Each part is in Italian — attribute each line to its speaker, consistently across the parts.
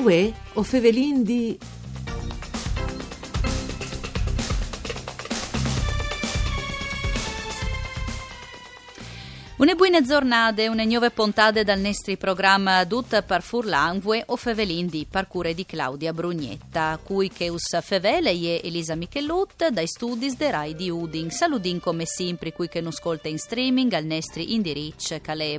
Speaker 1: Uè, o Fevelin di...
Speaker 2: Une buone giornate, une nuove puntate dal nostro programma Dut per Furlangue o Fevelin di parcure di Claudia Brugnetta, cui che us fevele e Elisa Michellut dai studi de Rai di Udin. Saludin come sempre cui che nos ascolta in streaming al nostro indirizzo cale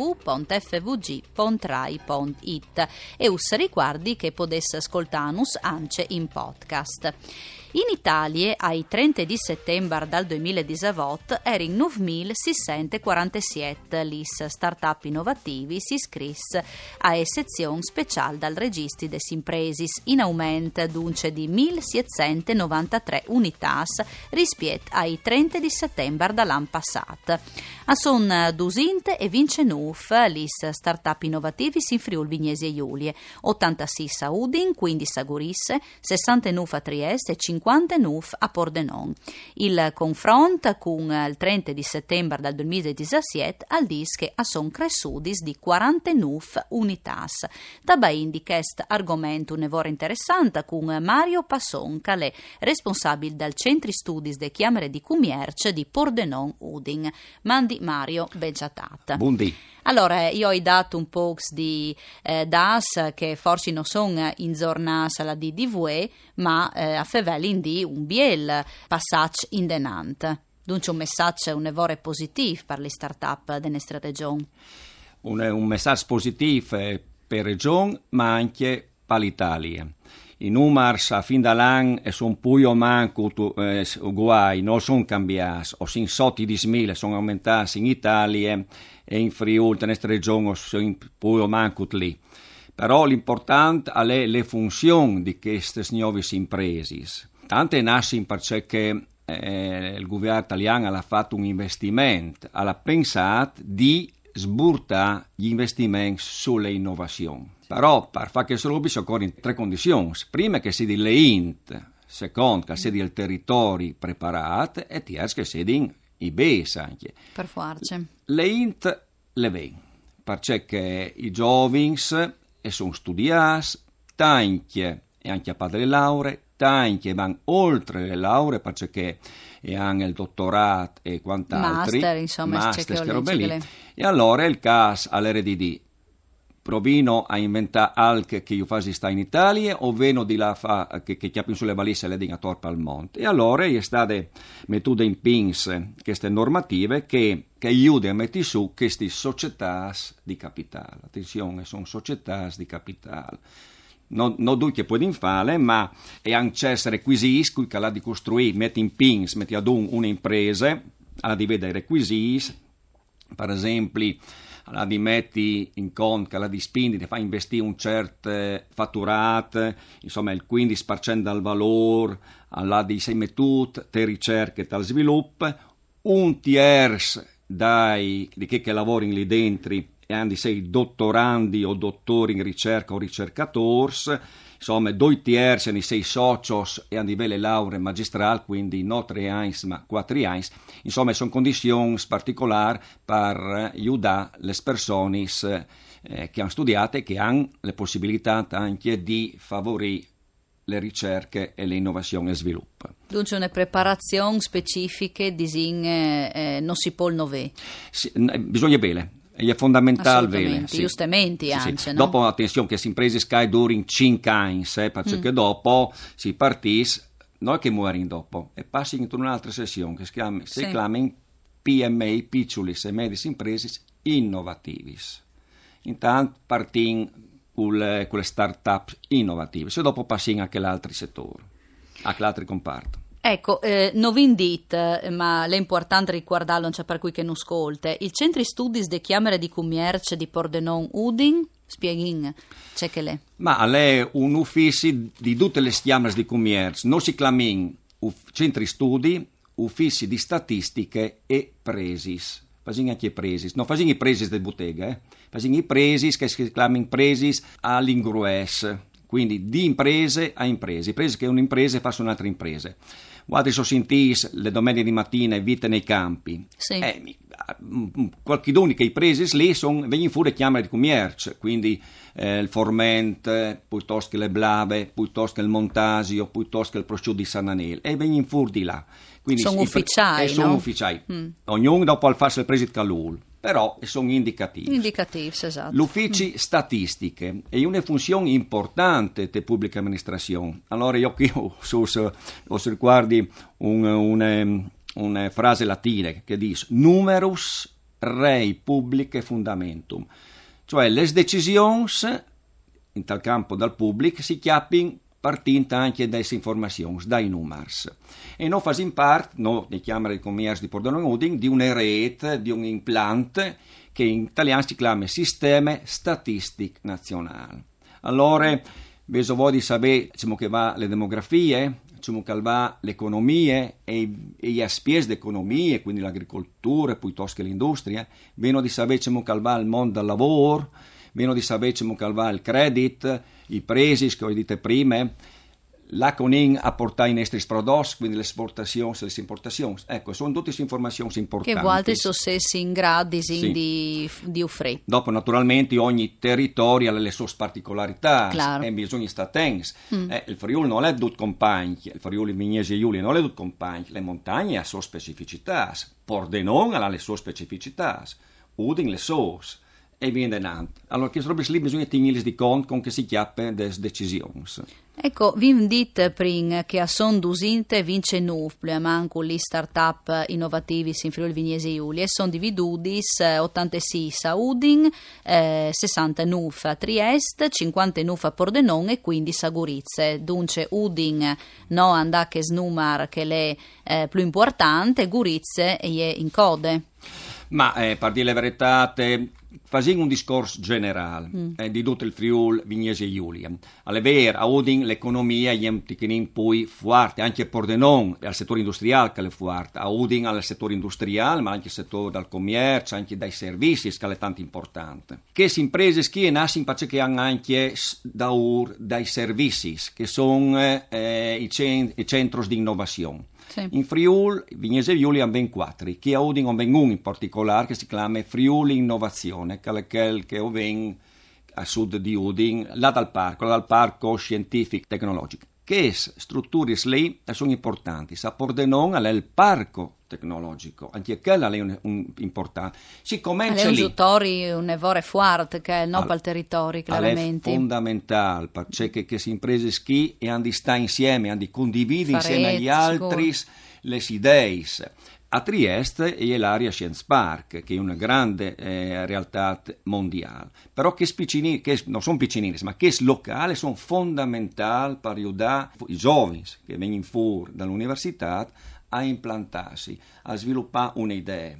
Speaker 2: www.fvg.rai.it e us ricordi che potesse ascoltanus anche in podcast. In Italia, ai 30 di settembre dal 2018, erano 9.647 lis start-up innovativi si iscrisse a sezione speciale dal registro des impresis, in aumento dunque di 1.793 unità rispetto ai 30 di settembre dall'anno passato. A son 229 lis start-up innovativi in Friuli Vignesi e Giulie, 86 a Udin, 15 a Gurisse, 69 a Trieste e 59 a Pordenone. Il confronto con il 30 di settembre del 2017 al dis che son cresciuti di 49 unità. Dabei indica questo argomento un evore interessante con Mario Passon, che è responsabile del Centri Studi de Chiamere di Commercio di Pordenone Udin. Mandi Mario, Beggiatata.
Speaker 3: Buondì.
Speaker 2: Allora, io ho dato un po' di das che forse non sono in giornata la di DVE, ma a Fevelin di un biel passaggio in denant. Dunque un messaggio, un evore positivo per le start-up della nostra regione.
Speaker 3: Un messaggio positivo per la regione, ma anche per l'Italia. I numeri a fin dall'anno sono più o meno uguali, non sono cambiati, o sono sotto i 10.000, sono aumentati in Italia e in Friuli, nella nostra regione, sono più o meno lì. Però l'importante è le funzioni di queste nuove imprese. Tante nascono perché il governo italiano ha fatto un investimento, ha pensato di sburtare gli investimenti sulle innovazioni. Però per fare questo bisogna occorrono tre condizioni. Prima che sia le int, secondo che sia il territorio preparato e terzo che sia i BES anche.
Speaker 2: Per forza.
Speaker 3: Le int le vengono, perché i giovani sono studiati, tanti e anche a parte le lauree, tanti vanno oltre le lauree perché hanno il dottorato e quant'altro.
Speaker 2: Master, insomma,
Speaker 3: master, che robe lì. E allora è il caso all'RDD. Provino a inventare alche che io faccio sta in Italia o veno di là che chiappino sulle valise e le dinga torpa al monte. E allora è state mettute in pins queste normative che aiutano a mettere su queste società di capitale. Attenzione, sono società di capitale. Non due che puoi fare, ma è anche essere requisiti che la di costruire, metti in pins, metti ad un'impresa, alla di vedere requisiti, per esempio, alla di metti in conto che la di spindi, ti fa investire un certo fatturato, insomma il 15% dal valore, alla di sei mettute, te ricerche e tal sviluppo, un tiers di che lavorano lì dentro e hanno sei dottorandi o dottori in ricerca o ricercatori, insomma, 2 tiers hanno sei socios e hanno delle lauree magistrali, quindi non 3 anni ma 4 anni. Insomma, sono condizioni particolari per aiutare le persone che hanno studiato e che hanno le possibilità anche di favorire le ricerche e le innovazioni e sviluppo.
Speaker 2: Dunque una preparazione specifica non si può nove.
Speaker 3: Sì, bisogna bene. È fondamentale vele.
Speaker 2: Sì. Giustamente anche.
Speaker 3: Sì.
Speaker 2: No?
Speaker 3: Dopo attenzione che si imprese Sky durano 5 anni, perché dopo si partisse, non è che muoiono dopo, e passi in un'altra sessione che si chiama PMI, piccoli e medie imprese innovativi. Intanto partiamo con le start-up innovative, se dopo passi anche all'altro settore, anche all'altro comparto.
Speaker 2: Ecco, non vi dite, ma è importante ricordarlo, non c'è per cui che non ascolte. Il Centri Studi de Chiamere di Commercio di Pordenone Udin, spieghin, c'è che l'è?
Speaker 3: Ma è un ufficio di tutte le chiamere di commercio, non si chiamano centri studi, uffici di statistiche e presis. Facciamo anche presis, non facciamo i presis del bottega, facciamo i presis che si chiamano presis all'ingrues. Quindi di imprese a imprese che un'impresa fa su un'altra impresa. guardi sono sentiti le domeniche di mattina e vite nei campi.
Speaker 2: Sì.
Speaker 3: Qualcuno che i presi lì vengono fuori chiamare di commercio, quindi il Forment, piuttosto che le Blave, piuttosto che il Montasio, piuttosto che il prosciutto di San Anel, e vengono fuori di là. Quindi
Speaker 2: sono ufficiali,
Speaker 3: sono
Speaker 2: no?
Speaker 3: ufficiali. Ognuno dopo al farsi il preside calul, però sono indicativi.
Speaker 2: Indicativi, esatto.
Speaker 3: L'ufficio statistiche è una funzione importante della pubblica amministrazione. Allora io qui guardi una frase latina che dice numerus rei publicae fundamentum, cioè le decisioni in tal campo dal pubblico si chiappino partendo anche dalle informazioni, dai numeri. E noi facciamo parte, noi di Camera di Commercio di Pordenone Udine, di una rete, di un implante che in italiano si chiama Sistema Statistico Nazionale. Allora, vedo voi di sapere che va le demografie, che va l'economia e gli aspetti dell'economia, quindi l'agricoltura piuttosto che l'industria, vengono di sapere che va il mondo del lavoro, vengono di sapere che va il credit, i presi, che ho detto prima, la Conin a portare i nostri prodotti, quindi le esportazioni e le importazioni. Ecco, sono tutte informazioni importanti.
Speaker 2: Che volte sono sessi in gradi
Speaker 3: sì.
Speaker 2: di offrire.
Speaker 3: Dopo, naturalmente, ogni territorio ha le sue particolarità
Speaker 2: claro.
Speaker 3: E bisogna stare attenti. Il Friuli non è tutto compagno, il Friuli Vignese Giulia non è tutto compagno, le montagne hanno le sue specificità, Pordenone ha le sue specificità, Udine le sue. E viene denante. Allora, che robe lì bisogna tenerli di conto con che si chiappe des decisioni.
Speaker 2: Ecco, vi dite prima che a son d'usinte vince Nufple, manco gli start-up innovativi in Friuli Vignese Giulia, e sono dividuti 86 a Udine, 69 a Trieste, 59 a Pordenone e 15 a Gorizia. Dunque Udine no andà che snumar che è più importante, Gorizia è in code.
Speaker 3: Ma per dire le verità, facendo un discorso generale di tutto il Friuli Vignese Giulia. Alle vere, a Udine l'economia è poi forte, anche a Pordenone, al settore industriale che è forte, a Udine al settore industriale, ma anche al settore del commercio, anche dai servizi, che è tanto importante. Che si imprese che nascono perché hanno anche dai servizi, che sono i centri di innovazione. Sì. In Friuli Vignese Giulia hanno ben 4, che a Udine hanno ben uno in particolare che si chiama Friuli Innovazione, che è quel che viene a sud di Udine, là dal parco scientifico tecnologico. Che strutture lì sono importanti. A Pordenone è il parco tecnologico, anche quella è un importante. Si comincia lì. È
Speaker 2: un evore forte che è il territorio, chiaramente.
Speaker 3: È fondamentale, perché che si imprese schi e hanno di stare insieme, hanno di condividere insieme agli altri le idee. A Trieste è l'area Science Park, che è una grande realtà mondiale, però che non sono piccinini, ma che locali sono fondamentali per aiutare i giovani che vengono fuori dall'università a implantarsi, a sviluppare un'idea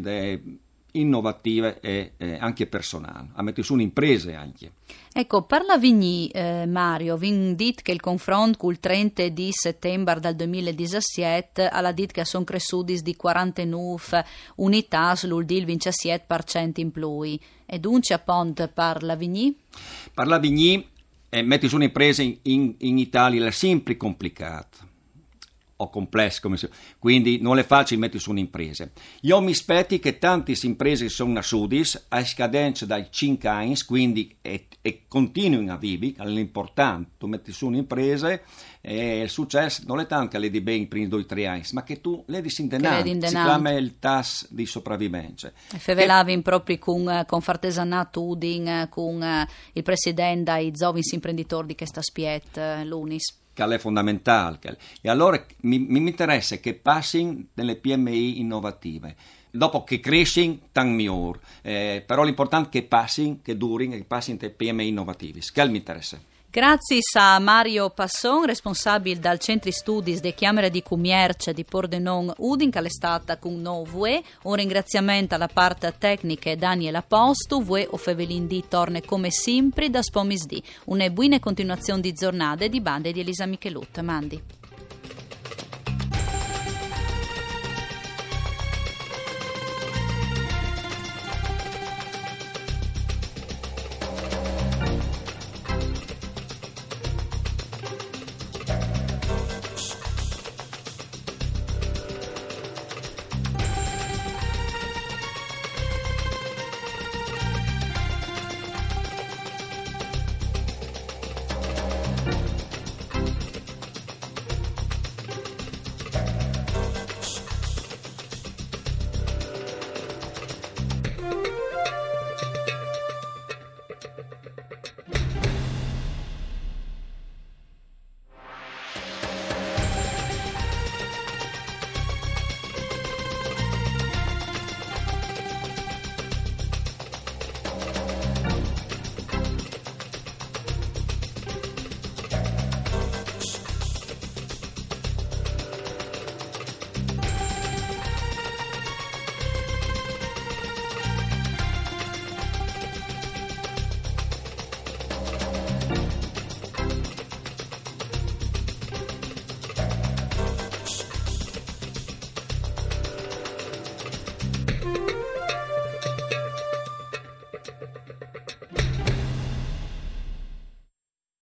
Speaker 3: innovativa e anche personale, a mettere su un'impresa anche.
Speaker 2: Ecco, parla Vigny, Mario, vi dit che il confronto col 30 di settembre del 2017 alla dit che sono cresciuti di 49 unità sull'Uldil 27% in più. E dunque appunto parla Vigny?
Speaker 3: Parla Vigny, metti su un'impresa in Italia è sempre complicato. O complesso, quindi non è facile mettere su un'impresa. Io mi aspetti che tante imprese sono nascute a scadenza dai 5 anni, quindi e continuino a vivere, è l'importante. Tu metti su un'impresa e il successo non è tanto che le di bene i primi 2 o 3 anni, ma che tu le di in denaro, si chiama il tasso di sopravvivenza.
Speaker 2: E fevelavi proprio con Fartesanato Udine, con il presidente dei giovani imprenditori di questa spiet, l'Unis.
Speaker 3: Che è fondamentale. E allora mi interessa che passino nelle PMI innovative. Dopo che crescono, tanto migliore. Però l'importante è che passino, che durino, che passino nelle PMI innovative. Che mi interessa.
Speaker 2: Grazie a Mario Passon, responsabile dal Centri Studi de Camera di Commercio di Pordenone Udine, che è stata con noi. Un ringraziamento alla parte tecnica Daniela Postu, voi o Fevelin D torna come sempre da Spomisdì. Una buona continuazione di giornate di bande di Elisa Michelut. Mandi.